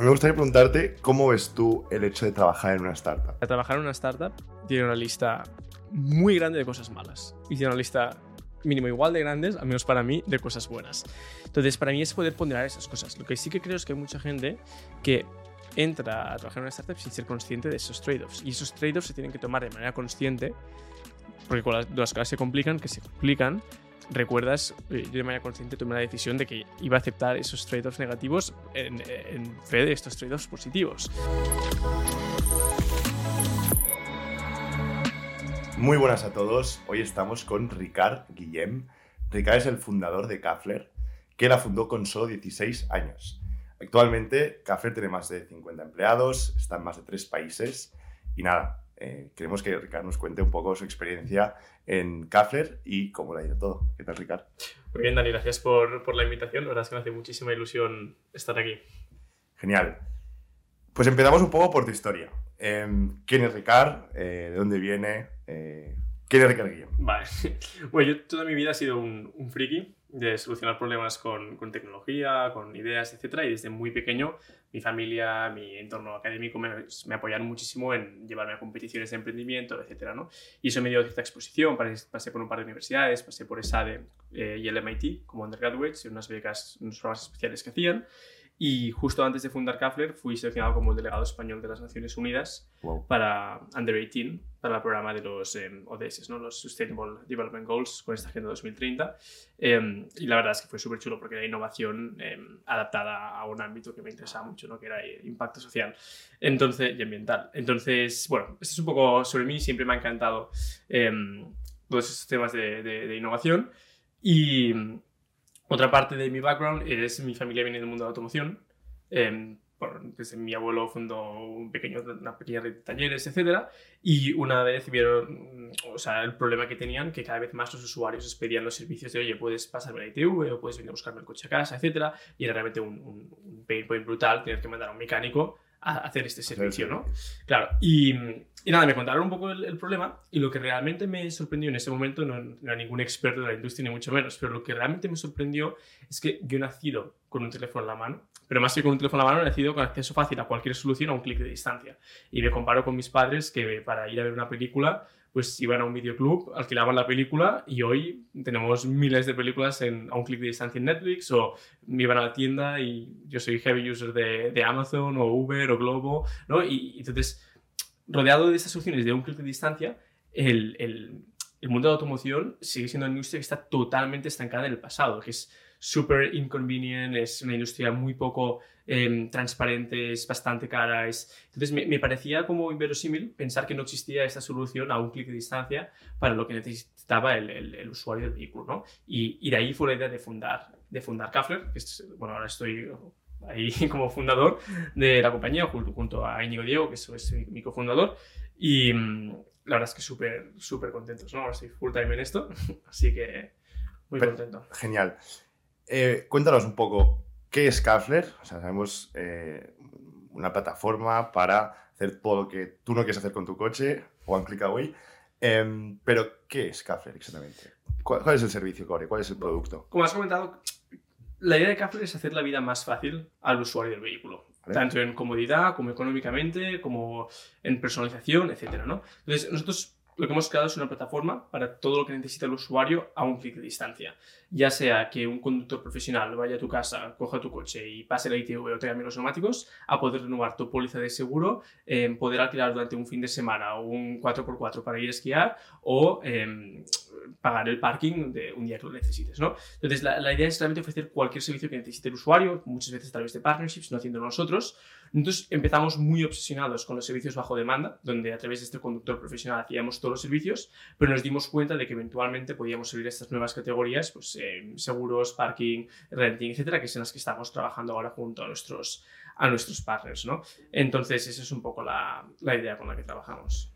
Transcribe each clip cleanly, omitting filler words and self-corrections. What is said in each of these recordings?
Me gustaría preguntarte cómo ves tú el hecho de trabajar en una startup. Trabajar en una startup tiene una lista muy grande de cosas malas y tiene una lista mínimo igual de grandes, al menos para mí, de cosas buenas. Entonces, para mí es poder ponderar esas cosas. Lo que sí que creo es que hay mucha gente que entra a trabajar en una startup sin ser consciente de esos trade-offs. Y esos trade-offs se tienen que tomar de manera consciente, porque con las cosas se complican, recuerdas, yo de manera consciente tomé la decisión de que iba a aceptar esos trade-offs negativos en fe de estos trade-offs positivos. Muy buenas a todos, hoy estamos con Ricard Guillem. Ricard es el fundador de Cafler, que la fundó con solo 16 años. Actualmente Cafler tiene más de 50 empleados, está en más de 3 países y nada, queremos que Ricard nos cuente un poco su experiencia en Cafler y cómo le ha ido todo. ¿Qué tal, Ricard? Muy bien, Dani, gracias por la invitación. La verdad es que me hace muchísima ilusión estar aquí. Genial. Pues empezamos un poco por tu historia. ¿Quién es Ricard? ¿De dónde viene? ¿Quién es Ricard Guillem? Vale. Bueno, yo toda mi vida he sido un friki de solucionar problemas con tecnología, con ideas, etc. Y desde muy pequeño mi familia, mi entorno académico me apoyaron muchísimo en llevarme a competiciones de emprendimiento, etc., ¿no? Y eso me dio cierta exposición. Pasé por un par de universidades, pasé por ESADE y el MIT como undergraduates, en unas becas, unos programas especiales que hacían. Y justo antes de fundar Cafler fui seleccionado como el delegado español de las Naciones Unidas para Under 18, para el programa de los ODS, ¿no? Los Sustainable Development Goals con esta Agenda 2030. Y la verdad es que fue súper chulo porque era innovación adaptada a un ámbito que me interesaba mucho, ¿no? Que era impacto social y ambiental. Entonces, bueno, esto es un poco sobre mí. Siempre me ha encantado todos esos temas de innovación. Y otra parte de mi background es mi familia viene del mundo de la automoción. Desde mi abuelo fundó una pequeña red de talleres, etc. Y una vez vieron el problema que tenían, que cada vez más los usuarios les pedían los servicios de oye, puedes pasarme la ITV o puedes venir a buscarme el coche a casa, etc. Y era realmente un pain point brutal tener que mandar a un mecánico a hacer este servicio, ¿no? Claro, y nada, me contaron un poco el problema y lo que realmente me sorprendió en ese momento, no era ningún experto de la industria ni mucho menos, pero lo que realmente me sorprendió es que yo he nacido con un teléfono en la mano, pero más que con un teléfono en la mano he nacido con acceso fácil a cualquier solución a un clic de distancia. Y me comparo con mis padres que para ir a ver una película pues iban a un videoclub, alquilaban la película y hoy tenemos miles de películas a un clic de distancia en Netflix, o me iban a la tienda y yo soy heavy user de Amazon o Uber o Globo, ¿no? Y entonces, rodeado de estas soluciones de un clic de distancia, el mundo de la automoción sigue siendo una industria que está totalmente estancada en el pasado, que es súper inconvenient, es una industria muy poco transparente, es bastante cara. Entonces me parecía como inverosímil pensar que no existía esta solución a un clic de distancia para lo que necesitaba el usuario del vehículo, ¿no? Y de ahí fue la idea de fundar Cafler, que bueno, ahora estoy ahí como fundador de la compañía junto a Íñigo Diego, que es mi cofundador. Y la verdad es que súper contentos, ¿no? Ahora estoy full time en esto, así que muy contento. Genial. Cuéntanos un poco, ¿qué es Cafler? O sea, sabemos una plataforma para hacer todo lo que tú no quieres hacer con tu coche, one click away, pero ¿qué es Cafler exactamente? ¿Cuál es el servicio Core? ¿Cuál es el producto? Como has comentado, la idea de Cafler es hacer la vida más fácil al usuario del vehículo, ¿vale? Tanto en comodidad como económicamente, como en personalización, etc., ¿no? Entonces, nosotros lo que hemos creado es una plataforma para todo lo que necesita el usuario a un clic de distancia. Ya sea que un conductor profesional vaya a tu casa, coja tu coche y pase la ITV o te cambie los neumáticos, a poder renovar tu póliza de seguro, poder alquilar durante un fin de semana o un 4x4 para ir a esquiar o pagar el parking de un día que lo necesites, ¿no? Entonces, la idea es realmente ofrecer cualquier servicio que necesite el usuario, muchas veces a través de partnerships, no haciéndolo nosotros. Entonces empezamos muy obsesionados con los servicios bajo demanda, donde a través de este conductor profesional hacíamos todos los servicios, pero nos dimos cuenta de que eventualmente podíamos servir a estas nuevas categorías, pues seguros, parking, renting, etcétera, que son las que estamos trabajando ahora junto a nuestros partners, ¿no? Entonces esa es un poco la idea con la que trabajamos.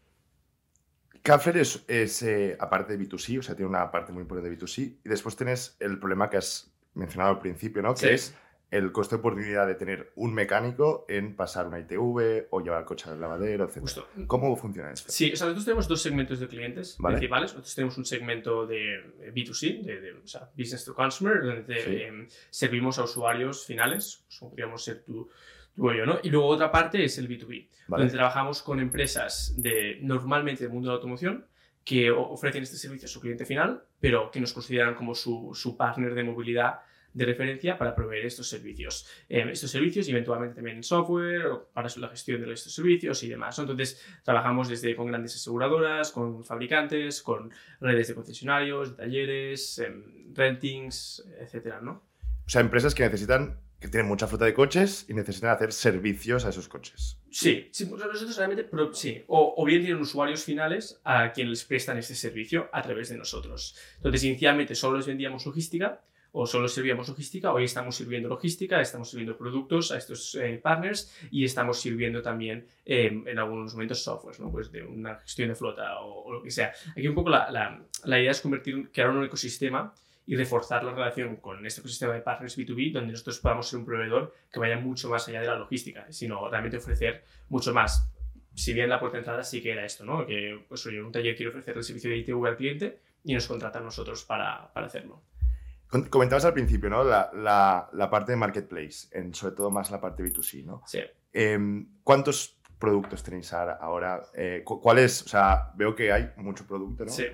Cafler es aparte de B2C, o sea, tiene una parte muy importante de B2C, y después tienes el problema que has mencionado al principio, ¿no? Sí. Que es el coste de oportunidad de tener un mecánico en pasar una ITV o llevar el coche al lavadero, etc. Justo. ¿Cómo funciona esto? Sí, o sea, nosotros tenemos dos segmentos de clientes principales. Nosotros tenemos un segmento de B2C, o sea, Business to Consumer, donde servimos a usuarios finales, como podríamos ser ¿no? Y luego otra parte es el B2B, Vale. donde trabajamos con empresas normalmente del mundo de la automoción que ofrecen este servicio a su cliente final, pero que nos consideran como su partner de movilidad de referencia para proveer estos servicios. Estos servicios y eventualmente también en software o para la gestión de estos servicios y demás, ¿no? Entonces, trabajamos con grandes aseguradoras, con fabricantes, con redes de concesionarios, de talleres, rentings, etcétera, ¿no? O sea, empresas que tienen mucha flota de coches y necesitan hacer servicios a esos coches. Sí, nosotros realmente, sí. O bien tienen usuarios finales a quienes les prestan este servicio a través de nosotros. Entonces, inicialmente solo les vendíamos logística, o solo servíamos logística, hoy estamos sirviendo logística, estamos sirviendo productos a estos partners y estamos sirviendo también en algunos momentos software, ¿no? Pues de una gestión de flota o lo que sea. Aquí un poco la idea es crear un ecosistema y reforzar la relación con este ecosistema de partners B2B, donde nosotros podamos ser un proveedor que vaya mucho más allá de la logística, sino realmente ofrecer mucho más. Si bien la puerta de entrada sí que era esto, ¿no? Que pues, oye, un taller quiere ofrecer el servicio de ITV al cliente y nos contratan a nosotros para hacerlo. Comentabas al principio, ¿no? La parte de marketplace, sobre todo más la parte B2C, ¿no? Sí. ¿Cuántos productos tenéis ahora? ¿Cuál es? O sea, veo que hay mucho producto, ¿no? Sí.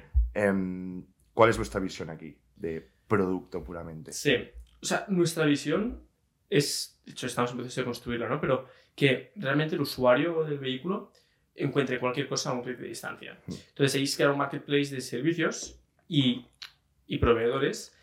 ¿Cuál es vuestra visión aquí de producto puramente? Sí. O sea, nuestra visión es, de hecho estamos en proceso de construirla, ¿no? Pero que realmente el usuario del vehículo encuentre cualquier cosa a un clic de distancia. Entonces, ahí es crear un marketplace de servicios y proveedores.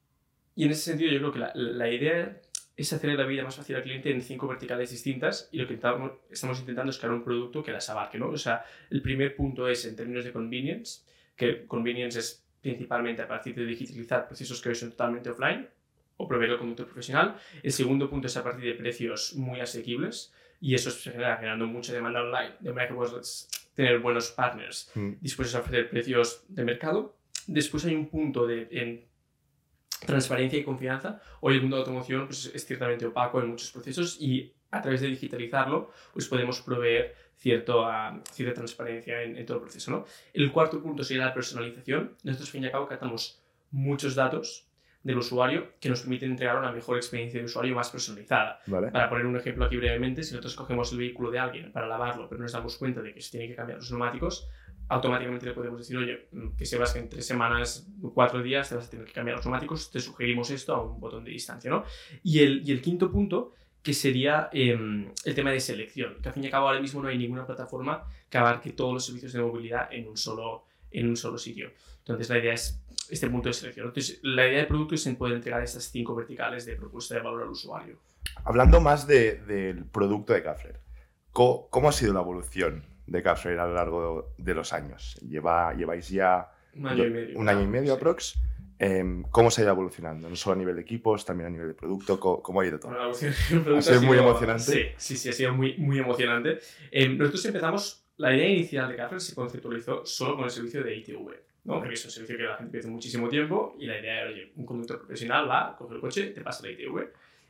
Y en ese sentido yo creo que la idea es hacer la vida más fácil al cliente en 5 verticales distintas y lo que estamos intentando es crear un producto que las abarque, ¿no? O sea, el primer punto es en términos de convenience, que convenience es principalmente a partir de digitalizar procesos que hoy son totalmente offline o proveer el conductor profesional. El segundo punto es a partir de precios muy asequibles y eso se genera generando mucha demanda online, de manera que puedes tener buenos partners dispuestos a ofrecer precios de mercado. Después hay un punto en transparencia y confianza. Hoy el mundo de la automoción pues, es ciertamente opaco en muchos procesos y a través de digitalizarlo pues podemos proveer cierta transparencia en todo el proceso, ¿no? El cuarto punto sería la personalización. Nosotros, al fin y al cabo, captamos muchos datos del usuario que nos permiten entregar una mejor experiencia de usuario más personalizada. Vale. Para poner un ejemplo aquí brevemente, si nosotros cogemos el vehículo de alguien para lavarlo, pero nos damos cuenta de que se tiene que cambiar los neumáticos, automáticamente le podemos decir, oye, que sepas que en 3 semanas, 4 días te vas a tener que cambiar los neumáticos, te sugerimos esto a un botón de distancia, ¿no? Y el quinto punto, que sería el tema de selección, que al fin y al cabo ahora mismo no hay ninguna plataforma que abarque todos los servicios de movilidad en un solo sitio. Entonces la idea es este punto de selección. Entonces la idea del producto es poder entregar estas 5 verticales de propuesta de valor al usuario. Hablando más del producto de Cafler, ¿cómo ha sido la evolución de Cafler a lo largo de los años? Lleváis ya un año y medio aprox. ¿Cómo se ha ido evolucionando? No solo a nivel de equipos, también a nivel de producto. ¿Cómo ha ido todo? La evolución del producto ¿Ha sido muy emocionante? Sí, ha sido muy, muy emocionante. Nosotros empezamos, la idea inicial de Cafler se conceptualizó solo con el servicio de ITV, ¿no? Porque es un servicio que la gente pide hace muchísimo tiempo y la idea era, oye, un conductor profesional va, coge el coche, te pasa la ITV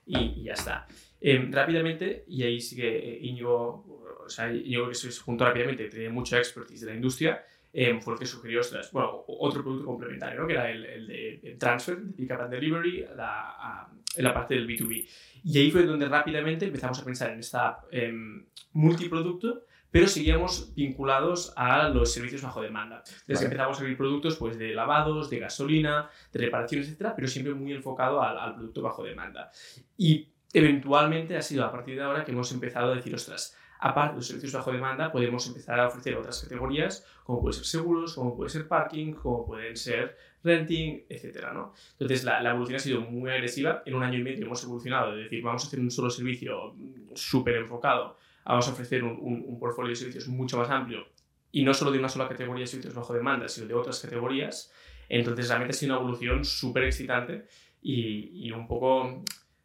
y ya está. Rápidamente, y ahí sí que Íñigo que se juntó rápidamente, tenía mucha expertise de la industria, fue el que sugirió otro producto complementario, ¿no? Que era el de transfer, de pick up and delivery, en la parte del B2B. Y ahí fue donde rápidamente empezamos a pensar en esta multiproducto, pero seguíamos vinculados a los servicios bajo demanda. Entonces empezamos a abrir productos pues, de lavados, de gasolina, de reparaciones, etc., pero siempre muy enfocado al producto bajo demanda. Y eventualmente ha sido a partir de ahora que hemos empezado a decir, ostras, aparte de los servicios bajo demanda, podemos empezar a ofrecer otras categorías, como pueden ser seguros, como puede ser parking, como pueden ser renting, etcétera, ¿no? Entonces, la evolución ha sido muy agresiva. En un año y medio hemos evolucionado de decir, vamos a hacer un solo servicio súper enfocado, vamos a ofrecer un portfolio de servicios mucho más amplio, y no solo de una sola categoría de servicios bajo demanda, sino de otras categorías. Entonces, realmente ha sido una evolución súper excitante y un poco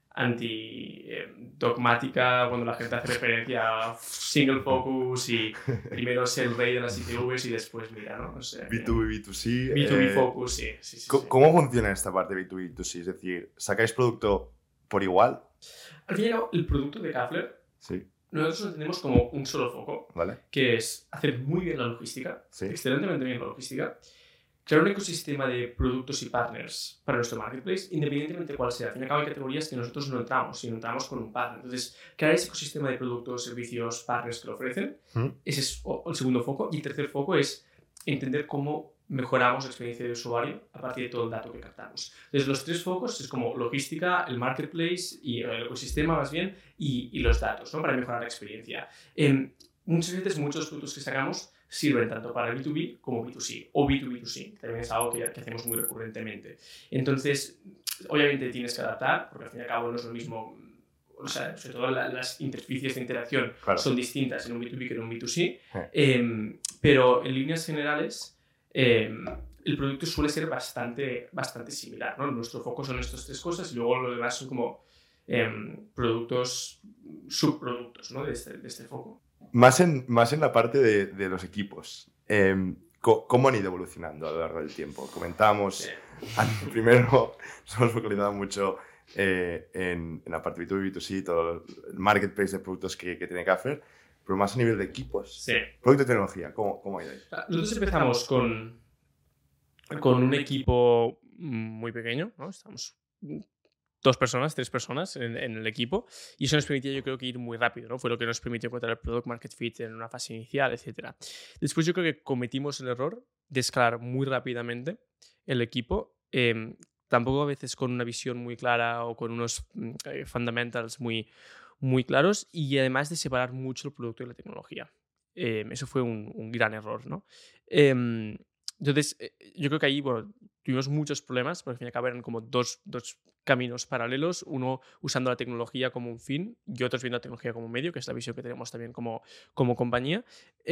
anti-dogmática cuando la gente hace referencia a single focus y primero es el rey de las ITVs y después mira, ¿no? O sea, B2B, B2C. B2B focus, sí. ¿Cómo funciona esta parte de B2B, B2C? Es decir, ¿sacáis producto por igual? Al fin y al cabo, el producto de Cafler, sí. Nosotros lo tenemos como un solo foco, ¿vale? Que es hacer muy bien la logística, sí. excelentemente bien la logística, crear un ecosistema de productos y partners para nuestro marketplace, independientemente de cuál sea. Al fin y al cabo hay categorías que nosotros no entramos, sino entramos con un partner. Entonces, crear ese ecosistema de productos, servicios, partners que lo ofrecen, ese es el segundo foco. Y el tercer foco es entender cómo mejoramos la experiencia de usuario a partir de todo el dato que captamos. Entonces, los tres focos es como logística, el marketplace y el ecosistema más bien, y los datos, ¿no? Para mejorar la experiencia. Muchas veces, muchos productos que sacamos sirven tanto para B2B como B2C o B2B2C, que también es algo que hacemos muy recurrentemente. Entonces, obviamente tienes que adaptar, porque al fin y al cabo no es lo mismo, o sea, sobre todo las interfaces de interacción son distintas en un B2B que en un B2C, pero en líneas generales el producto suele ser bastante similar, ¿no? Nuestro foco son estas tres cosas y luego lo demás son como productos, subproductos, ¿no? de este foco. Más en la parte de los equipos. ¿Cómo han ido evolucionando a lo largo del tiempo? Comentábamos, primero nos hemos focalizado mucho en la parte B2B, B2C, todo el marketplace de productos que tiene Cafler, pero más a nivel de equipos. Sí. Producto de tecnología, ¿cómo ha ido ahí? Nosotros empezamos con un equipo muy pequeño, ¿no? Estamos 2 personas, 3 personas en el equipo, y eso nos permitía, yo creo, que ir muy rápido, ¿no? Fue lo que nos permitió encontrar el product market fit en una fase inicial, etc. Después yo creo que cometimos el error de escalar muy rápidamente el equipo, tampoco a veces con una visión muy clara o con unos fundamentals muy claros, y además de separar mucho el producto y la tecnología. Eso fue un gran error, ¿no? Entonces, yo creo que ahí, bueno, tuvimos muchos problemas, porque al fin y al cabo eran como dos caminos paralelos, uno usando la tecnología como un fin y otros viendo la tecnología como un medio, que es la visión que tenemos también como compañía.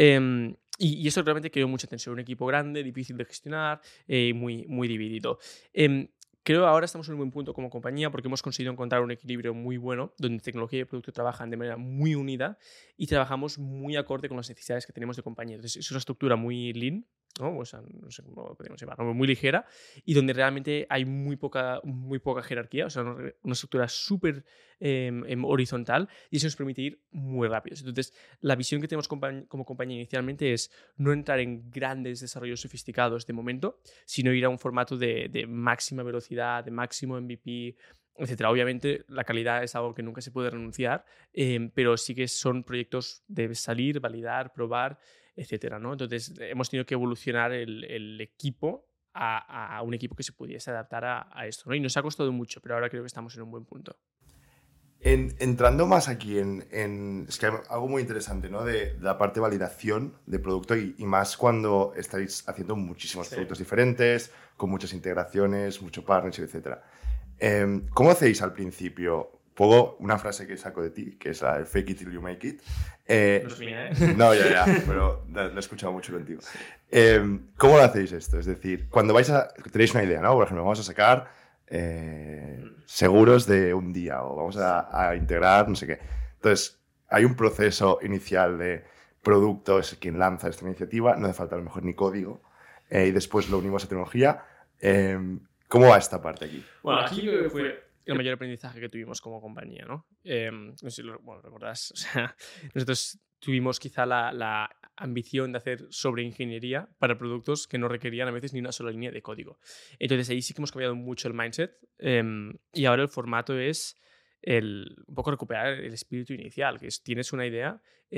Y eso realmente creó mucha tensión, un equipo grande, difícil de gestionar, muy dividido. Creo que ahora estamos en un buen punto como compañía porque hemos conseguido encontrar un equilibrio muy bueno donde tecnología y producto trabajan de manera muy unida y trabajamos muy acorde con las necesidades que tenemos de compañía. Entonces, es una estructura muy lean, ¿no? O sea, no sé cómo lo podemos llamar, ¿no? Muy ligera, y donde realmente hay muy poca jerarquía, o sea, una estructura súper horizontal, y eso nos permite ir muy rápido. Entonces, la visión que tenemos como compañía inicialmente es no entrar en grandes desarrollos sofisticados de momento, sino ir a un formato de máxima velocidad, de máximo MVP, etcétera. Obviamente la calidad es algo que nunca se puede renunciar, pero sí que son proyectos de salir, validar, probar, etcétera, ¿no? Entonces hemos tenido que evolucionar el equipo a un equipo que se pudiese adaptar a esto, ¿no? Y nos ha costado mucho, pero ahora creo que estamos en un buen punto. Entrando más aquí es que hay algo muy interesante, ¿no? De la parte de validación de producto y más cuando estáis haciendo muchísimos productos diferentes, con muchas integraciones, mucho partnership, etc. ¿Cómo hacéis al principio? Pongo una frase que saco de ti, que es la de fake it till you make it. No es mía, ¿eh? No, ya, pero la he escuchado mucho contigo. ¿Cómo lo hacéis esto? Es decir, cuando tenéis una idea, ¿no? Por ejemplo, vamos a sacar seguros de un día o vamos a integrar no sé qué. Entonces, hay un proceso inicial de producto, es quien lanza esta iniciativa, no hace falta a lo mejor ni código, y después lo unimos a tecnología. ¿Cómo va esta parte aquí? Bueno, aquí creo que fue el mayor aprendizaje que tuvimos como compañía, ¿no? No sé si lo recordás, o sea, nosotros tuvimos quizá la ambición de hacer sobreingeniería para productos que no requerían a veces ni una sola línea de código. Entonces ahí sí que hemos cambiado mucho el mindset, y ahora el formato es un poco recuperar el espíritu inicial, que es, tienes una idea,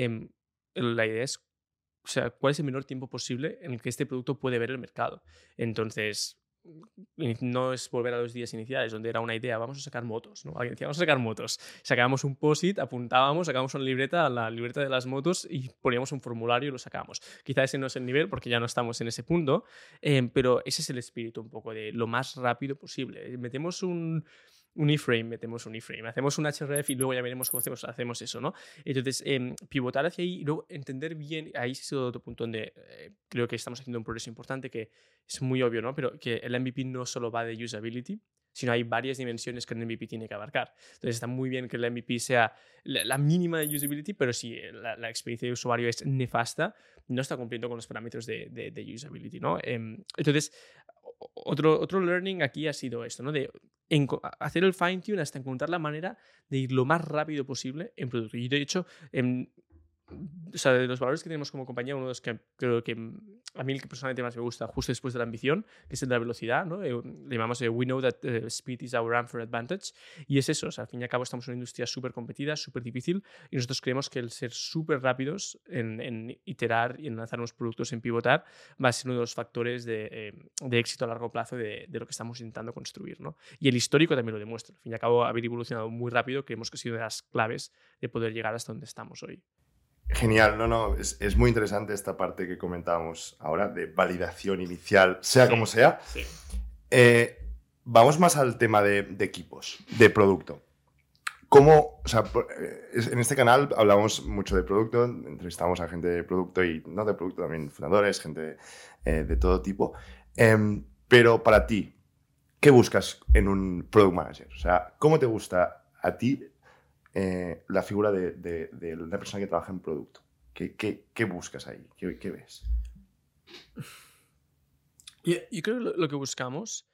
la idea es, o sea, cuál es el menor tiempo posible en el que este producto puede ver el mercado. Entonces, no es volver a los días iniciales donde era una idea, vamos a sacar motos, ¿no? Alguien decía, vamos a sacar motos, sacábamos un post-it, apuntábamos, sacábamos una libreta, la libreta de las motos, y poníamos un formulario y lo sacábamos. Quizá ese no es el nivel porque ya no estamos en ese punto, pero ese es el espíritu un poco de lo más rápido posible. Metemos un iframe, hacemos un href y luego ya veremos cómo hacemos eso, ¿no? Entonces, pivotar hacia ahí y luego entender bien, ahí es otro punto donde creo que estamos haciendo un progreso importante, que es muy obvio, ¿no? Pero que el MVP no solo va de usability, sino hay varias dimensiones que el MVP tiene que abarcar. Entonces está muy bien que el MVP sea la mínima de usability, pero si la experiencia de usuario es nefasta, no está cumpliendo con los parámetros de usability, ¿no? Entonces, otro learning aquí ha sido esto, ¿no? De hacer el fine-tune hasta encontrar la manera de ir lo más rápido posible en producto. Y de hecho, o sea, de los valores que tenemos como compañía, uno de los que creo que a mí el que personalmente más me gusta, justo después de la ambición, que es el de la velocidad, ¿no? Le llamamos we know that speed is our unfair advantage, y es eso, o sea, al fin y al cabo estamos en una industria súper competida, súper difícil, y nosotros creemos que el ser súper rápidos en iterar y en lanzar unos productos, en pivotar, va a ser uno de los factores de éxito a largo plazo de lo que estamos intentando construir, ¿no? Y el histórico también lo demuestra. Al fin y al cabo, haber evolucionado muy rápido, creemos que ha sido de las claves de poder llegar hasta donde estamos hoy. Genial, no, es muy interesante esta parte que comentábamos ahora de validación inicial, sea como sea. Sí. Vamos más al tema de equipos, de producto. ¿Cómo, o sea, en este canal hablamos mucho de producto, entrevistamos a gente de producto y no de producto, también fundadores, gente de todo tipo. Pero para ti, ¿qué buscas en un product manager? O sea, ¿cómo te gusta a ti la figura de una persona que trabaja en producto? ¿Qué buscas ahí? ¿Qué ves? Yo creo que lo que buscamos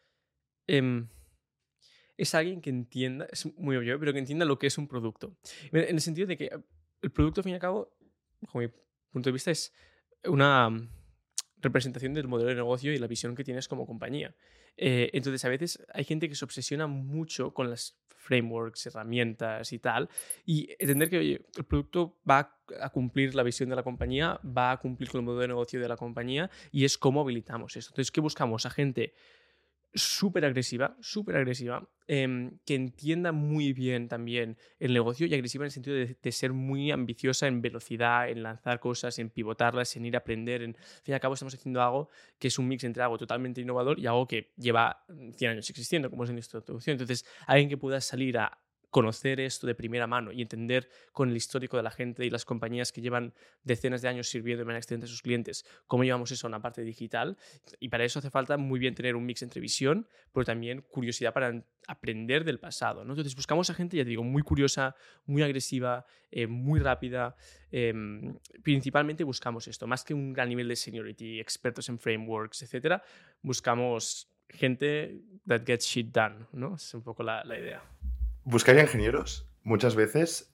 es alguien que entienda, es muy obvio, pero que entienda lo que es un producto. En el sentido de que el producto, al fin y al cabo, bajo mi punto de vista, es una representación del modelo de negocio y la visión que tienes como compañía. Entonces, a veces hay gente que se obsesiona mucho con las frameworks, herramientas y tal, y entender que oye, el producto va a cumplir la visión de la compañía, va a cumplir con el modelo de negocio de la compañía, y es cómo habilitamos esto. Entonces, ¿qué buscamos? A gente súper agresiva, que entienda muy bien también el negocio, y agresiva en el sentido de ser muy ambiciosa en velocidad, en lanzar cosas, en pivotarlas, en ir a aprender. Al fin y al cabo estamos haciendo algo que es un mix entre algo totalmente innovador y algo que lleva 100 años existiendo, como es la industria de la automoción. Entonces, alguien que pueda salir a conocer esto de primera mano y entender con el histórico de la gente y las compañías que llevan decenas de años sirviendo de manera excelente a sus clientes, cómo llevamos eso a una parte digital. Y para eso hace falta muy bien tener un mix entre visión, pero también curiosidad para aprender del pasado, ¿no? Entonces buscamos a gente, ya te digo, muy curiosa, muy agresiva, muy rápida. Principalmente buscamos esto, más que un gran nivel de seniority, expertos en frameworks, etc. Buscamos gente that gets shit done, ¿no? Es un poco la idea. Buscar ingenieros muchas veces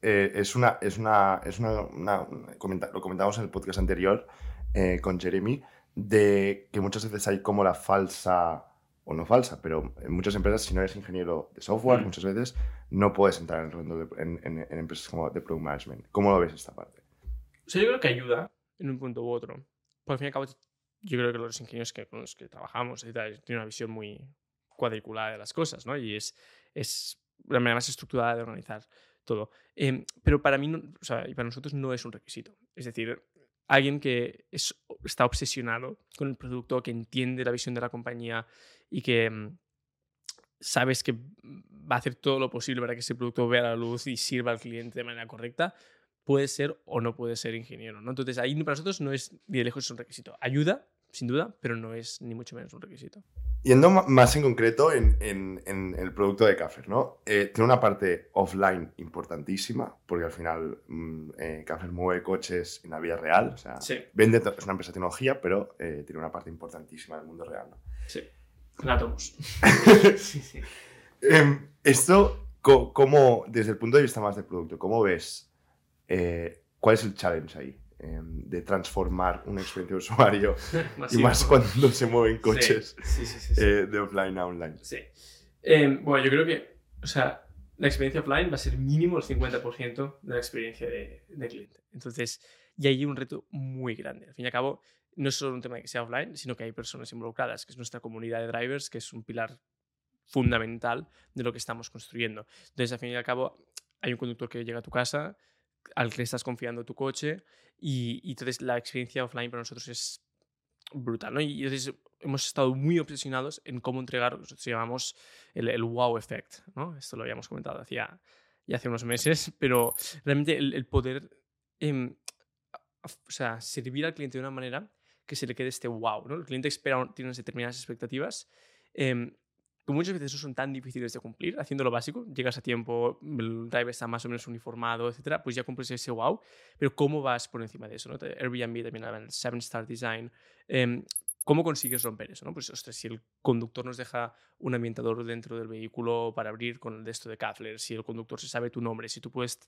lo comentábamos en el podcast anterior con Jeremy, de que muchas veces hay como la falsa, o no falsa, pero en muchas empresas, si no eres ingeniero de software, muchas veces no puedes entrar en empresas como de product management. ¿Cómo lo ves esta parte? O sea, yo creo que ayuda en un punto u otro. Por al fin y al cabo, yo creo que los ingenieros con los que trabajamos tienen una visión muy cuadriculada de las cosas, ¿no? Y es la manera más estructurada de organizar todo. Pero para mí, o sea, y para nosotros no es un requisito. Es decir, alguien que está obsesionado con el producto, que entiende la visión de la compañía y que sabes que va a hacer todo lo posible para que ese producto vea la luz y sirva al cliente de manera correcta, puede ser o no puede ser ingeniero, ¿no? Entonces, ahí para nosotros no es ni de lejos un requisito. Ayuda, sin duda, pero no es ni mucho menos un requisito. Yendo más en concreto en el producto de Cafler, ¿no? Tiene una parte offline importantísima, porque al final Cafler mueve coches en la vida real, o sea, sí. es una empresa de tecnología, pero tiene una parte importantísima del mundo real, ¿no? Sí, la tomamos. Sí, sí. Esto, ¿cómo, desde el punto de vista más del producto, cómo ves, cuál es el challenge ahí? De transformar una experiencia de usuario y más cuando se mueven coches de offline a online. Sí. Bueno, yo creo que, o sea, la experiencia offline va a ser mínimo el 50% de la experiencia de cliente. Entonces, y hay un reto muy grande. Al fin y al cabo, no es solo un tema de que sea offline, sino que hay personas involucradas, que es nuestra comunidad de drivers, que es un pilar fundamental de lo que estamos construyendo. Entonces, al fin y al cabo, hay un conductor que llega a tu casa, al que le estás confiando tu coche, y entonces la experiencia offline para nosotros es brutal, ¿no? Y entonces hemos estado muy obsesionados en cómo entregar lo que nosotros llamamos el wow effect, ¿no? Esto lo habíamos comentado ya hace unos meses, pero realmente el poder o sea, servir al cliente de una manera que se le quede este wow, ¿no? El cliente tiene unas determinadas expectativas que muchas veces no son tan difíciles de cumplir, haciendo lo básico, llegas a tiempo, el driver está más o menos uniformado, etcétera, pues ya cumples ese wow, pero ¿cómo vas por encima de eso, ¿no? Airbnb también habla del 7-star design. ¿Cómo consigues romper eso, ¿no? Pues, ostras, si el conductor nos deja un ambientador dentro del vehículo para abrir con el de esto de Kafler, si el conductor se sabe tu nombre, si tú puedes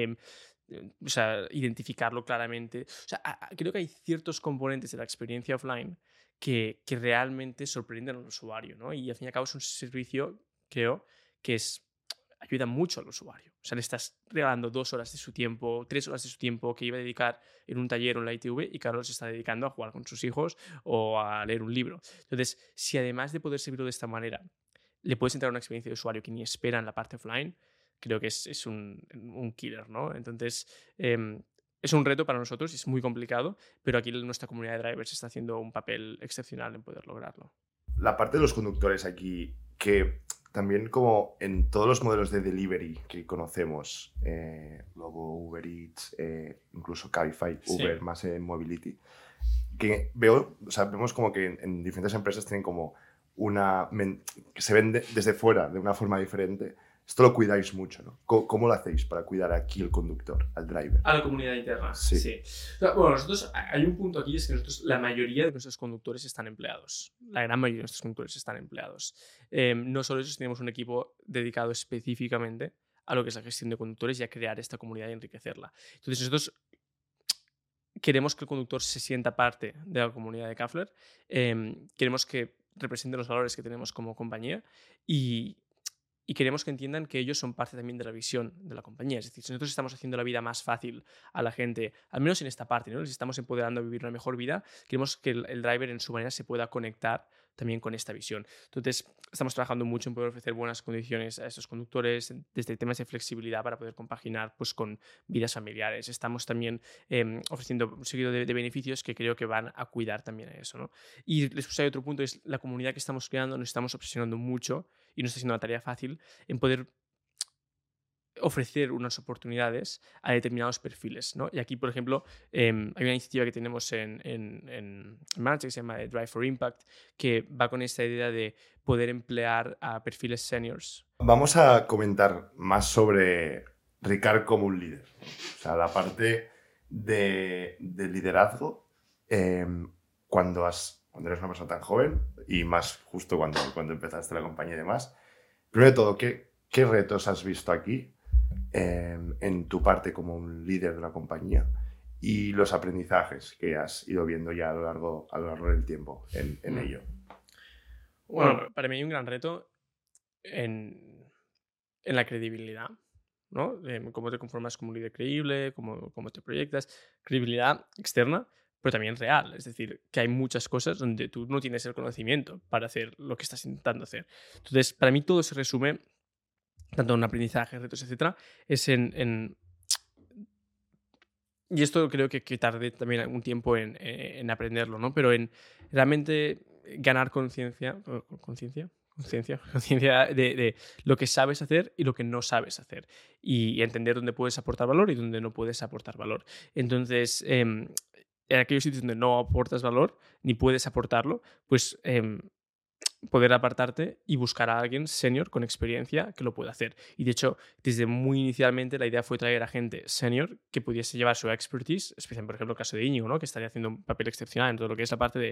o sea, identificarlo claramente. O sea, creo que hay ciertos componentes de la experiencia offline que realmente sorprenden al usuario, ¿no? Y al fin y al cabo es un servicio, creo, que ayuda mucho al usuario. O sea, le estás regalando 2 horas de su tiempo, 3 horas de su tiempo que iba a dedicar en un taller o en la ITV y Carlos se está dedicando a jugar con sus hijos o a leer un libro. Entonces, si además de poder servirlo de esta manera, le puedes entrar a una experiencia de usuario que ni espera en la parte offline, creo que es un killer, ¿no? Entonces, es un reto para nosotros y es muy complicado, pero aquí nuestra comunidad de drivers está haciendo un papel excepcional en poder lograrlo. La parte de los conductores aquí, que también como en todos los modelos de delivery que conocemos, luego Uber Eats, incluso Cabify, Uber, más en Mobility, que vemos como que en diferentes empresas tienen como que se ven desde fuera de una forma diferente. Esto lo cuidáis mucho, ¿no? ¿Cómo lo hacéis para cuidar aquí el conductor, al driver? A la comunidad interna, sí. O sea, bueno, nosotros, hay un punto aquí, es que nosotros, la mayoría de nuestros conductores están empleados. La gran mayoría de nuestros conductores están empleados. No solo eso, tenemos un equipo dedicado específicamente a lo que es la gestión de conductores y a crear esta comunidad y enriquecerla. Entonces, nosotros queremos que el conductor se sienta parte de la comunidad de Kafler, queremos que represente los valores que tenemos como compañía y queremos que entiendan que ellos son parte también de la visión de la compañía. Es decir, si nosotros estamos haciendo la vida más fácil a la gente, al menos en esta parte, ¿no? Les estamos empoderando a vivir una mejor vida, queremos que el driver en su manera se pueda conectar también con esta visión. Entonces, estamos trabajando mucho en poder ofrecer buenas condiciones a estos conductores, desde temas de flexibilidad para poder compaginar pues, con vidas familiares. Estamos también ofreciendo un seguido de beneficios que creo que van a cuidar también a eso, ¿no? Y después hay otro punto, es la comunidad que estamos creando, nos estamos obsesionando mucho y no está siendo una tarea fácil en poder ofrecer unas oportunidades a determinados perfiles, ¿no? Y aquí, por ejemplo, hay una iniciativa que tenemos en marcha que se llama Drive for Impact, que va con esta idea de poder emplear a perfiles seniors. Vamos a comentar más sobre Ricard como un líder. O sea, la parte de liderazgo cuando eres una persona tan joven y más justo cuando empezaste la compañía y demás. Primero de todo, ¿qué retos has visto aquí en tu parte como un líder de la compañía y los aprendizajes que has ido viendo ya a lo largo del tiempo en ello? Bueno, para mí hay un gran reto en la credibilidad, ¿no? Cómo te conformas como un líder creíble, cómo te proyectas, credibilidad externa, pero también real. Es decir, que hay muchas cosas donde tú no tienes el conocimiento para hacer lo que estás intentando hacer. Entonces, para mí todo se resume, tanto en aprendizaje, retos, etcétera, es y esto creo que tardé también algún tiempo en aprenderlo, ¿no? Pero en realmente ganar conciencia de lo que sabes hacer y lo que no sabes hacer y entender dónde puedes aportar valor y dónde no puedes aportar valor. Entonces, en aquellos sitios donde no aportas valor ni puedes aportarlo, pues poder apartarte y buscar a alguien senior con experiencia que lo pueda hacer. Y de hecho, desde muy inicialmente la idea fue traer a gente senior que pudiese llevar su expertise, especialmente por ejemplo el caso de Íñigo, ¿no? Que estaría haciendo un papel excepcional en todo lo que es la parte de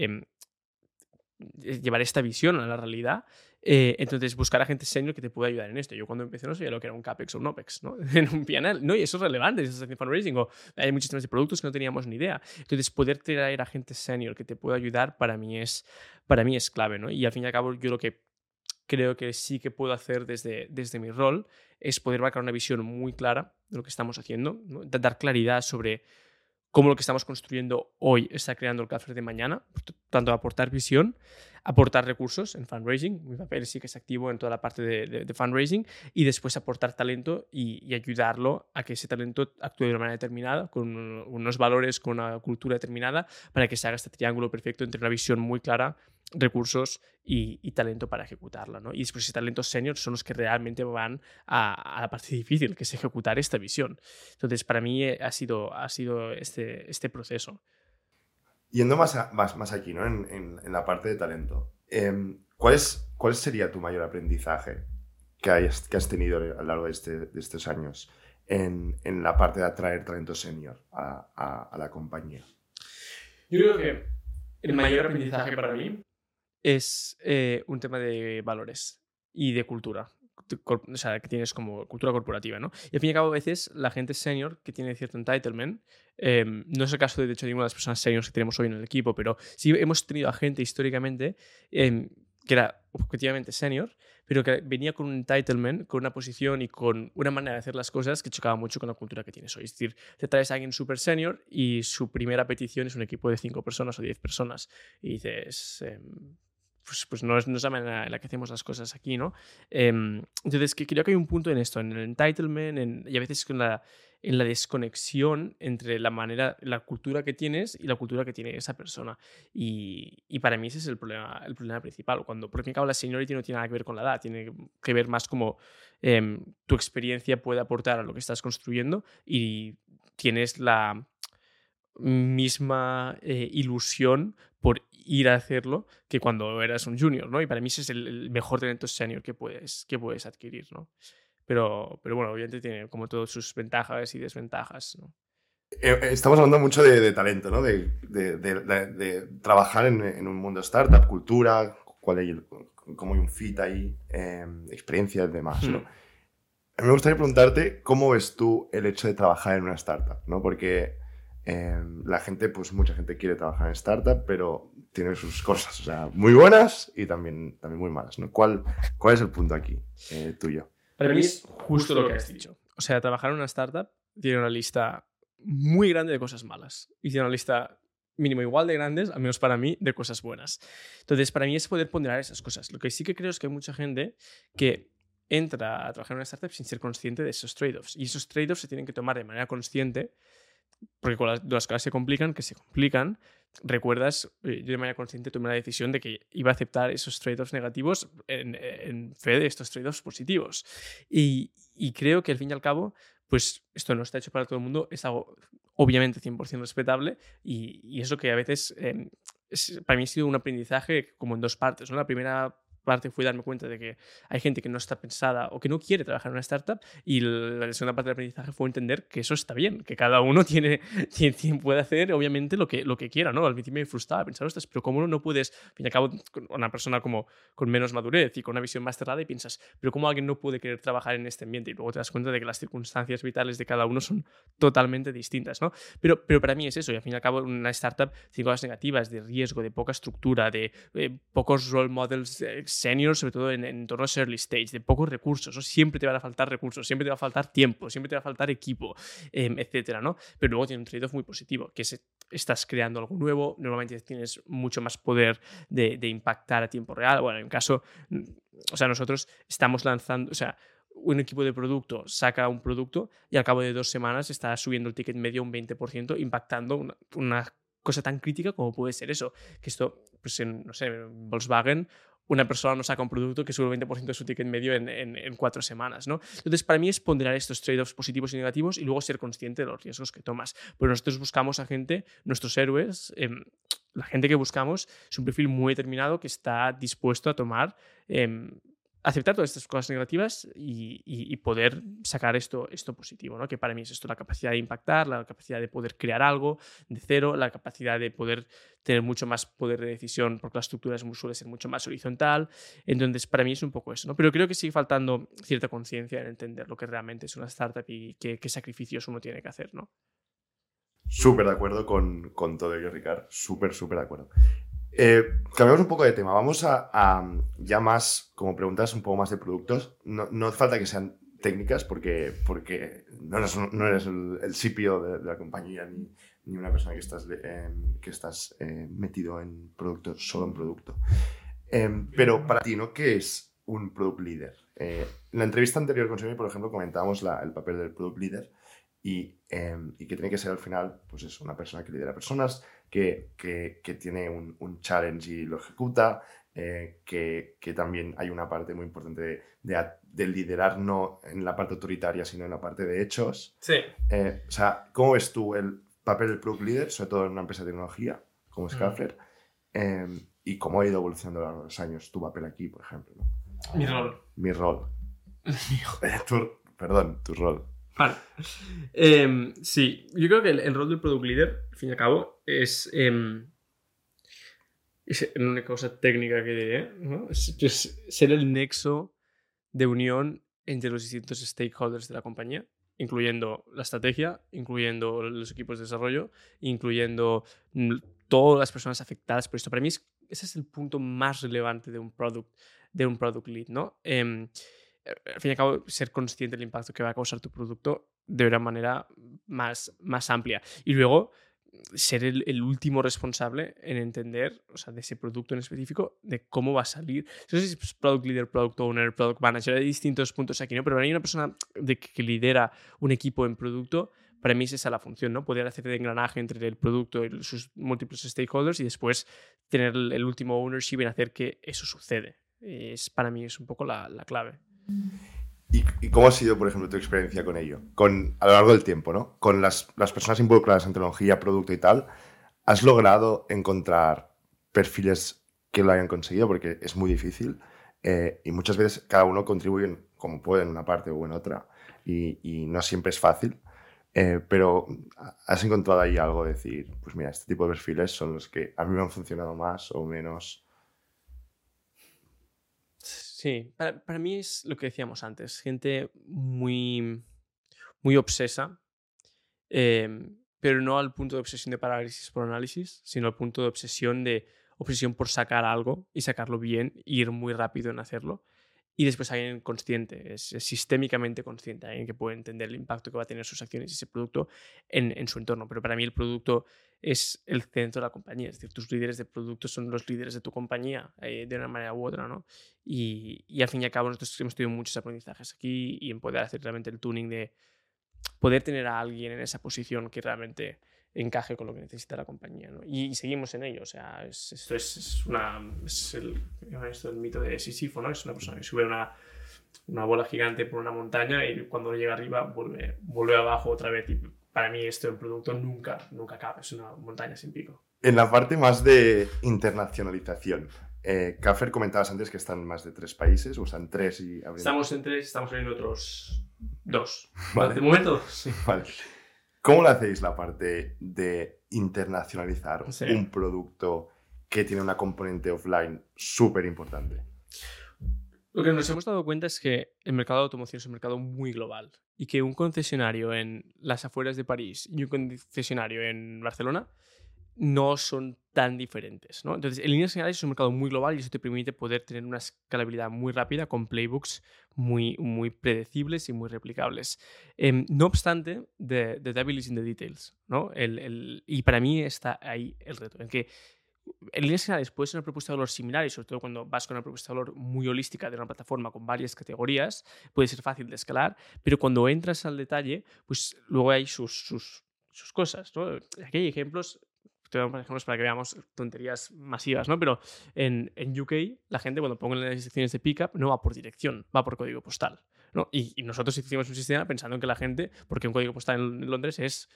llevar esta visión a la realidad. Entonces, buscar a gente senior que te pueda ayudar en esto. Yo cuando empecé no sabía lo que era un CAPEX o un OPEX, ¿no? En un P&L. No, y eso es relevante. Si estás haciendo fundraising o hay muchos temas de productos que no teníamos ni idea. Entonces, poder traer a gente senior que te pueda ayudar para mí es clave, ¿no? Y al fin y al cabo, yo lo que creo que sí que puedo hacer desde mi rol es poder marcar una visión muy clara de lo que estamos haciendo, ¿no? Dar claridad sobre cómo lo que estamos construyendo hoy está creando el Kafler de mañana, tanto aportar visión, aportar recursos en fundraising, mi papel sí que es activo en toda la parte de fundraising, y después aportar talento y ayudarlo a que ese talento actúe de una manera determinada, con unos valores, con una cultura determinada, para que se haga este triángulo perfecto entre una visión muy clara, recursos y talento para ejecutarla, ¿no? Y después ese talento senior son los que realmente van a la parte difícil, que es ejecutar esta visión. Entonces, para mí ha sido este proceso. Yendo más aquí, ¿no? En la parte de talento, ¿cuál sería tu mayor aprendizaje que has tenido a lo largo de estos años en la parte de atraer talento senior a la compañía? Yo creo que el mayor aprendizaje para mí es un tema de valores y de cultura. O sea, que tienes como cultura corporativa, ¿no? Y al fin y al cabo, a veces la gente senior que tiene cierto entitlement, no es el caso de hecho de ninguna de las personas seniors que tenemos hoy en el equipo, pero sí hemos tenido a gente históricamente que era objetivamente senior, pero que venía con un entitlement, con una posición y con una manera de hacer las cosas que chocaba mucho con la cultura que tienes hoy. Es decir, te traes a alguien súper senior y su primera petición es un equipo de 5 personas o 10 personas. Y dices, pues no es la manera en la que hacemos las cosas aquí, ¿no? Entonces, creo que hay un punto en esto, en el entitlement y a veces en la desconexión entre la cultura que tienes y la cultura que tiene esa persona. Y para mí ese es el problema principal. Porque al fin y al cabo la seniority no tiene nada que ver con la edad, tiene que ver más como tu experiencia puede aportar a lo que estás construyendo y tienes la misma ilusión por ir a hacerlo que cuando eras un junior, ¿no? Y para mí ese es el mejor talento senior que puedes adquirir, ¿no? Pero bueno, obviamente tiene como todas sus ventajas y desventajas, ¿no? Estamos hablando mucho de talento, ¿no? De trabajar en un mundo startup, cultura, cómo hay un fit ahí, experiencia y demás, ¿no? A mí me gustaría preguntarte cómo ves tú el hecho de trabajar en una startup, ¿no? Porque la gente, pues mucha gente quiere trabajar en startup, pero tiene sus cosas, o sea, muy buenas y también muy malas, ¿no? ¿Cuál es el punto aquí tuyo? Para mí es justo lo que has dicho. O sea, trabajar en una startup tiene una lista muy grande de cosas malas y tiene una lista mínimo igual de grandes, al menos para mí, de cosas buenas. Entonces, para mí es poder ponderar esas cosas. Lo que sí que creo es que hay mucha gente que entra a trabajar en una startup sin ser consciente de esos trade-offs. Y esos trade-offs se tienen que tomar de manera consciente, porque con las cosas que se complican, recuerdas, yo de manera consciente tomé la decisión de que iba a aceptar esos trade-offs negativos en fe de estos trade-offs positivos. Y creo que al fin y al cabo, pues esto no está hecho para todo el mundo, es algo obviamente 100% respetable y eso que a veces para mí ha sido un aprendizaje como en dos partes, ¿no? La primera parte fue darme cuenta de que hay gente que no está pensada o que no quiere trabajar en una startup y la segunda parte del aprendizaje fue entender que eso está bien, que cada uno puede hacer obviamente lo que quiera, ¿no? Al principio me frustraba pensar, ostras, pero ¿cómo no puedes, al fin y al cabo, con una persona como con menos madurez y con una visión más cerrada y piensas, pero ¿cómo alguien no puede querer trabajar en este ambiente? Y luego te das cuenta de que las circunstancias vitales de cada uno son totalmente distintas, ¿no? Pero para mí es eso, y al fin y al cabo una startup tiene cosas negativas de riesgo, de poca estructura, de pocos role models senior, sobre todo en entornos early stage, de pocos recursos, ¿no? Siempre te van a faltar recursos, siempre te va a faltar tiempo, siempre te va a faltar equipo, etcétera, ¿no? Pero luego tiene un trade-off muy positivo, que es estás creando algo nuevo, normalmente tienes mucho más poder de impactar a tiempo real. Bueno, en caso, o sea, nosotros estamos lanzando, o sea, un equipo de producto saca un producto y al cabo de 2 semanas está subiendo el ticket medio un 20%, impactando una cosa tan crítica como puede ser eso. Que esto, pues no sé, en Volkswagen una persona no saca un producto que sube el 20% de su ticket medio en 4 semanas, ¿no? Entonces, para mí es ponderar estos trade-offs positivos y negativos y luego ser consciente de los riesgos que tomas. Pues nosotros buscamos a gente, nuestros héroes, la gente que buscamos es un perfil muy determinado que está dispuesto a tomar aceptar todas estas cosas negativas y poder sacar esto positivo, ¿no? Que para mí es esto, la capacidad de impactar, la capacidad de poder crear algo de cero, la capacidad de poder tener mucho más poder de decisión porque la estructura suele ser mucho más horizontal. Entonces, para mí es un poco eso, ¿no? Pero creo que sigue faltando cierta conciencia en entender lo que realmente es una startup y qué sacrificios uno tiene que hacer, ¿no? Súper de acuerdo con todo ello, Ricard. Súper de acuerdo. Cambiamos un poco de tema. Vamos a ya más, como preguntas un poco más de productos. No hace falta que sean técnicas porque no eres el CPO de la compañía ni una persona que estás metido en producto, solo en producto. Pero para ti, ¿no? ¿Qué es un product leader? En la entrevista anterior con Semi, por ejemplo, comentábamos el papel del product leader y que tiene que ser al final, pues eso, una persona que lidera personas, que tiene un challenge y lo ejecuta, que también hay una parte muy importante de liderar no en la parte autoritaria, sino en la parte de hechos. Sí. O sea, ¿cómo ves tú el papel del product leader, sobre todo en una empresa de tecnología como es Cafler? Y cómo ha ido evolucionando a lo largo de los años tu papel aquí, por ejemplo, ¿no? Mi rol. Tu rol. Vale. Sí, yo creo que el rol del product leader, al fin y al cabo, es Es la única cosa técnica que diré, ¿no? Es ser el nexo de unión entre los distintos stakeholders de la compañía, incluyendo la estrategia, incluyendo los equipos de desarrollo, incluyendo todas las personas afectadas por esto. Para mí ese es el punto más relevante de un product lead, ¿no? Al fin y al cabo, ser consciente del impacto que va a causar tu producto de una manera más amplia. Y luego, ser el último responsable en entender, o sea, de ese producto en específico, de cómo va a salir. No sé si es product leader, product owner, product manager, hay distintos puntos aquí, ¿no? Pero hay una persona que lidera un equipo en producto, para mí es esa la función, ¿no? Poder hacer de engranaje entre el producto y sus múltiples stakeholders y después tener el último ownership en hacer que eso sucede. Para mí es un poco la clave. ¿Y cómo ha sido, por ejemplo, tu experiencia con ello? A lo largo del tiempo, ¿no? Con las personas involucradas en tecnología, producto y tal, ¿has logrado encontrar perfiles que lo hayan conseguido? Porque es muy difícil y muchas veces cada uno contribuye como puede en una parte o en otra y no siempre es fácil. Pero ¿has encontrado ahí algo de decir, pues mira, este tipo de perfiles son los que a mí me han funcionado más o menos? Sí, para mí es lo que decíamos antes, gente muy obsesa, pero no al punto de obsesión de parálisis por análisis, sino al punto de obsesión por sacar algo y sacarlo bien, e ir muy rápido en hacerlo. Y después alguien consciente, es sistémicamente consciente, alguien que puede entender el impacto que va a tener sus acciones y ese producto en su entorno. Pero para mí el producto es el centro de la compañía, es decir, tus líderes de producto son los líderes de tu compañía, de una manera u otra, ¿no? Y al fin y al cabo nosotros hemos tenido muchos aprendizajes aquí y en poder hacer realmente el tuning de poder tener a alguien en esa posición que realmente encaje con lo que necesita la compañía, ¿no? Y seguimos en ello, o sea, esto es el mito de Sísifo, ¿no? Es una persona que sube una bola gigante por una montaña y cuando llega arriba vuelve abajo otra vez, y para mí esto en producto nunca acaba, es una montaña sin pico. En la parte más de internacionalización, Kaffer, comentabas antes que están en más de 3 países, o están 3 y abriendo... Estamos en 3, estamos en otros 2. Vale. De momento, sí. Vale. ¿Cómo le hacéis la parte de internacionalizar Sí. un producto que tiene una componente offline súper importante? Lo que nos hemos dado cuenta es que el mercado de automoción es un mercado muy global y que un concesionario en las afueras de París y un concesionario en Barcelona no son tan diferentes, ¿no? Entonces, en líneas generales es un mercado muy global y eso te permite poder tener una escalabilidad muy rápida con playbooks muy predecibles y muy replicables. No obstante, the devil is in the details, ¿no? Y para mí está ahí el reto, en que en líneas generales puede ser una propuesta de valor similar y sobre todo cuando vas con una propuesta de valor muy holística de una plataforma con varias categorías, puede ser fácil de escalar, pero cuando entras al detalle, pues luego hay sus cosas, ¿no? Aquí hay ejemplos, te doy ejemplos para que veamos tonterías masivas, ¿no? Pero en UK la gente cuando pongo las secciones de pickup no va por dirección, va por código postal, ¿no? Y nosotros hicimos un sistema pensando en que la gente, porque un código postal en Londres es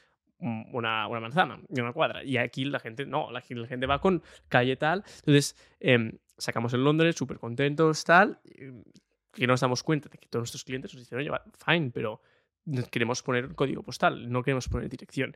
una manzana y una cuadra. Y aquí la gente no, la gente va con calle tal. Entonces, sacamos en Londres, súper contentos, tal, que nos damos cuenta de que todos nuestros clientes nos dicen, oye, fine, pero queremos poner código postal, no queremos poner dirección.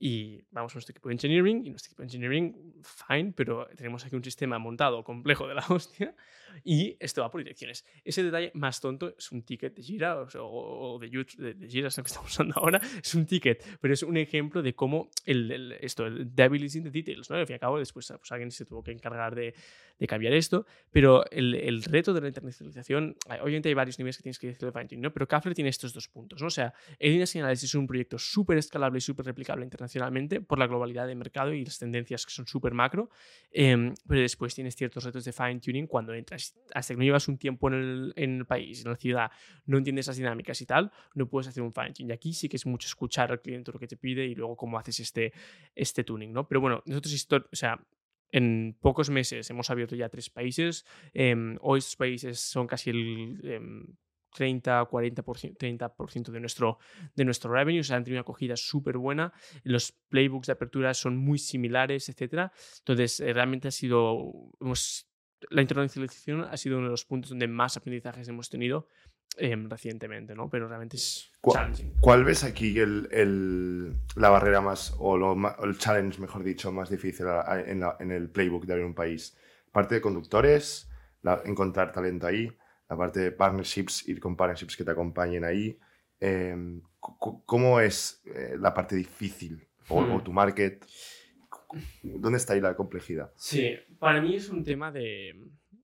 Y vamos a nuestro equipo de engineering, y nuestro equipo de engineering, fine, pero tenemos aquí un sistema montado complejo de la hostia, y esto va por direcciones. Ese detalle más tonto es un ticket de Jira o de Jira, es lo que estamos usando ahora, es un ticket, pero es un ejemplo de cómo el devil is in the details, ¿no? Al fin y al cabo, después pues, alguien se tuvo que encargar de cambiar esto, pero el reto de la internacionalización, obviamente hay varios niveles que tienes que decir de fine-tuning, ¿no? Pero Kafler tiene estos 2 puntos, ¿no? O sea, en líneas generales es un proyecto súper escalable y súper replicable internacionalmente por la globalidad de mercado y las tendencias que son súper macro, pero después tienes ciertos retos de fine-tuning cuando entras. Hasta que no llevas un tiempo en el país, en la ciudad, no entiendes las dinámicas y tal, no puedes hacer un fine-tuning. Y aquí sí que es mucho escuchar al cliente lo que te pide y luego cómo haces este tuning, ¿no? Pero bueno, nosotros, o sea, en pocos meses hemos abierto ya 3 países. Hoy estos países son casi el 30% de nuestro revenue. O sea, han tenido una acogida súper buena. Los playbooks de apertura son muy similares, etc. Entonces, realmente la internacionalización ha sido uno de los puntos donde más aprendizajes hemos tenido recientemente, ¿no? Pero realmente es ¿Cuál, challenging. ¿Cuál ves aquí la barrera más, o el challenge, mejor dicho, más difícil en el playbook de abrir un país? Parte de conductores, encontrar talento ahí, la parte de partnerships, ir con partnerships que te acompañen ahí. ¿Cómo es la parte difícil? O tu market. ¿Dónde está ahí la complejidad? Sí, para mí es un tema de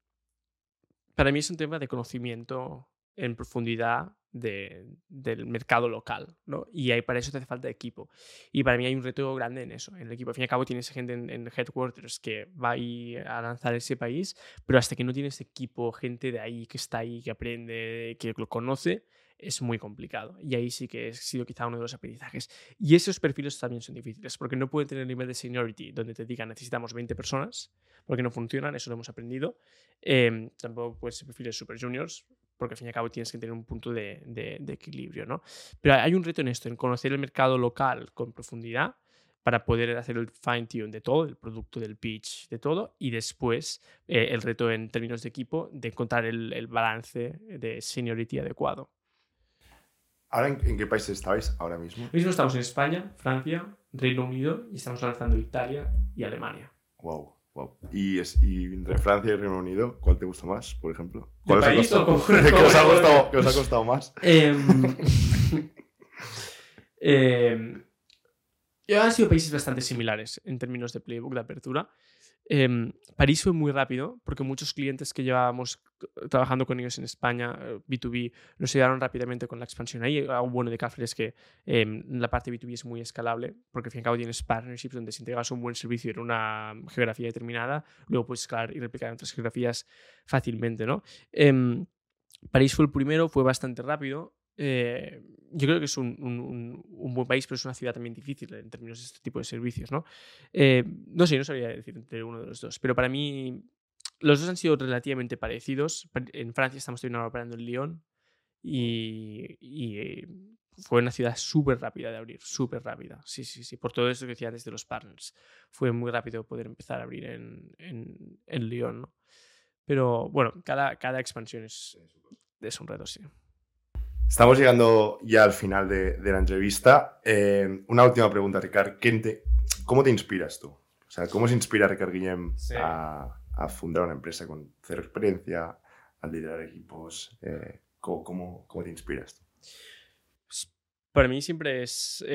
conocimiento en profundidad del mercado local, ¿no? Y para eso te hace falta equipo. Y para mí hay un reto grande en eso, en el equipo. Al fin y al cabo tienes gente en headquarters que va ahí a lanzar ese país, pero hasta que no tienes equipo, gente de ahí que está ahí, que aprende, que lo conoce, es muy complicado. Y ahí sí que ha sido quizá uno de los aprendizajes. Y esos perfiles también son difíciles, porque no pueden tener el nivel de seniority donde te digan necesitamos 20 personas, porque no funcionan, eso lo hemos aprendido. Tampoco pueden ser perfiles super juniors, porque al fin y al cabo tienes que tener un punto de equilibrio, ¿no? Pero hay un reto en esto, en conocer el mercado local con profundidad para poder hacer el fine-tune de todo, del producto, del pitch, de todo, y después el reto en términos de equipo de encontrar el balance de seniority adecuado. ¿Ahora en qué países estáis ahora mismo? Ahora mismo estamos en España, Francia, Reino Unido y estamos lanzando Italia y Alemania. Wow. Y entre Francia y Reino Unido, ¿cuál te gusta más, por ejemplo? ¿Cuál país o cómo? ¿Qué os ha costado más? Han sido países bastante similares en términos de playbook, de apertura. París fue muy rápido porque muchos clientes que llevábamos trabajando con ellos en España, B2B, nos ayudaron rápidamente con la expansión. Ahí algo bueno de Cafler es que la parte B2B es muy escalable porque al fin y al cabo tienes partnerships donde si entregas un buen servicio en una geografía determinada, luego puedes escalar y replicar en otras geografías fácilmente, ¿no? París fue el primero, fue bastante rápido. Yo creo que es un buen país, pero es una ciudad también difícil en términos de este tipo de servicios, ¿no? No sé, no sabría decir entre uno de los dos, pero para mí los dos han sido relativamente parecidos. En Francia estamos terminando operando en Lyon y fue una ciudad súper rápida de abrir, súper rápida. Sí, por todo eso que decía desde los partners. Fue muy rápido poder empezar a abrir en Lyon, ¿no? Pero bueno, cada expansión es un reto, sí. Estamos llegando ya al final de la entrevista. Una última pregunta, Ricard. ¿Cómo te inspiras tú? O sea, ¿cómo se inspira Ricard Guillem a fundar una empresa con cero experiencia, a liderar equipos? ¿Cómo te inspiras tú? Para mí siempre es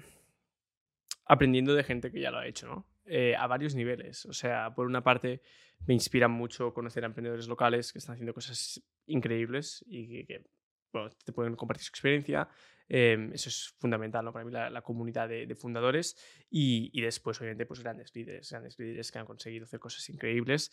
aprendiendo de gente que ya lo ha hecho, ¿no? A varios niveles. O sea, por una parte me inspira mucho conocer a emprendedores locales que están haciendo cosas increíbles y que bueno, te pueden compartir su experiencia. Eso es fundamental, ¿no? Para mí la comunidad de fundadores y después obviamente pues grandes líderes que han conseguido hacer cosas increíbles.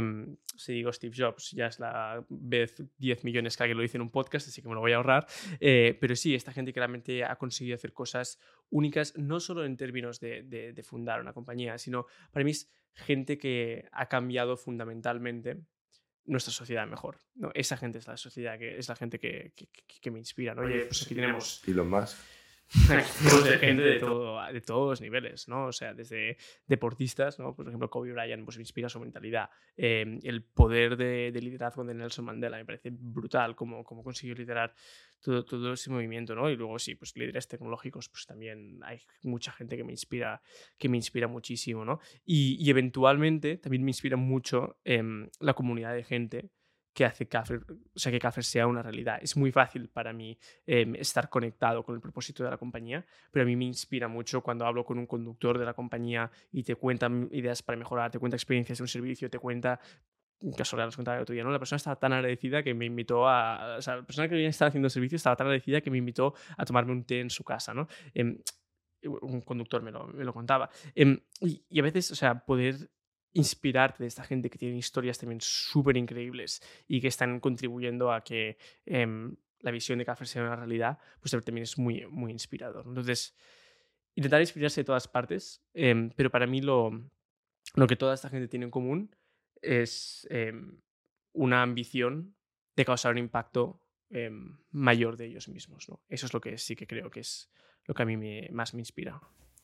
Si digo Steve Jobs ya es la vez 10 millones que alguien lo dice en un podcast, así que me lo voy a ahorrar, pero sí, esta gente que realmente ha conseguido hacer cosas únicas, no solo en términos de fundar una compañía, sino para mí es gente que ha cambiado fundamentalmente nuestra sociedad mejor, ¿no? Esa gente es la sociedad, es la gente que me inspira, ¿no? Oye, pues aquí tenemos Elon Musk. Tenemos gente de todos los niveles, ¿no? O sea, desde deportistas, ¿no? Por ejemplo, Kobe Bryant pues, me inspira su mentalidad. El poder de liderazgo de Nelson Mandela me parece brutal, cómo consiguió liderar todo ese movimiento, ¿no? Y luego sí, pues líderes tecnológicos, pues también hay mucha gente que me inspira muchísimo, ¿no? Y eventualmente también me inspira mucho la comunidad de gente que hace que Cafler sea una realidad. Es muy fácil para mí estar conectado con el propósito de la compañía, pero a mí me inspira mucho cuando hablo con un conductor de la compañía y te cuenta ideas para mejorar, te cuenta experiencias de un servicio, te cuenta, casualidad nos contaba el otro día, ¿no? La persona estaba tan agradecida que me invitó o sea, la persona que estaba haciendo el servicio estaba tan agradecida que me invitó a tomarme un té en su casa, ¿no? Un conductor me lo contaba. Y a veces, o sea, poder inspirarte de esta gente que tiene historias también súper increíbles y que están contribuyendo a que la visión de Cafler sea una realidad, pues también es muy, muy inspirador. Entonces, intentar inspirarse de todas partes, pero para mí lo que toda esta gente tiene en común es una ambición de causar un impacto mayor de ellos mismos, ¿no? Eso es lo que sí que creo que es lo que a mí más me inspira.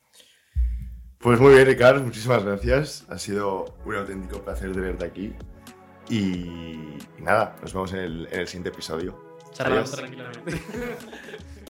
Pues muy bien, Ricard, muchísimas gracias. Ha sido un auténtico placer tenerte aquí. Y nada, nos vemos en el siguiente episodio. Charlamos tranquilamente.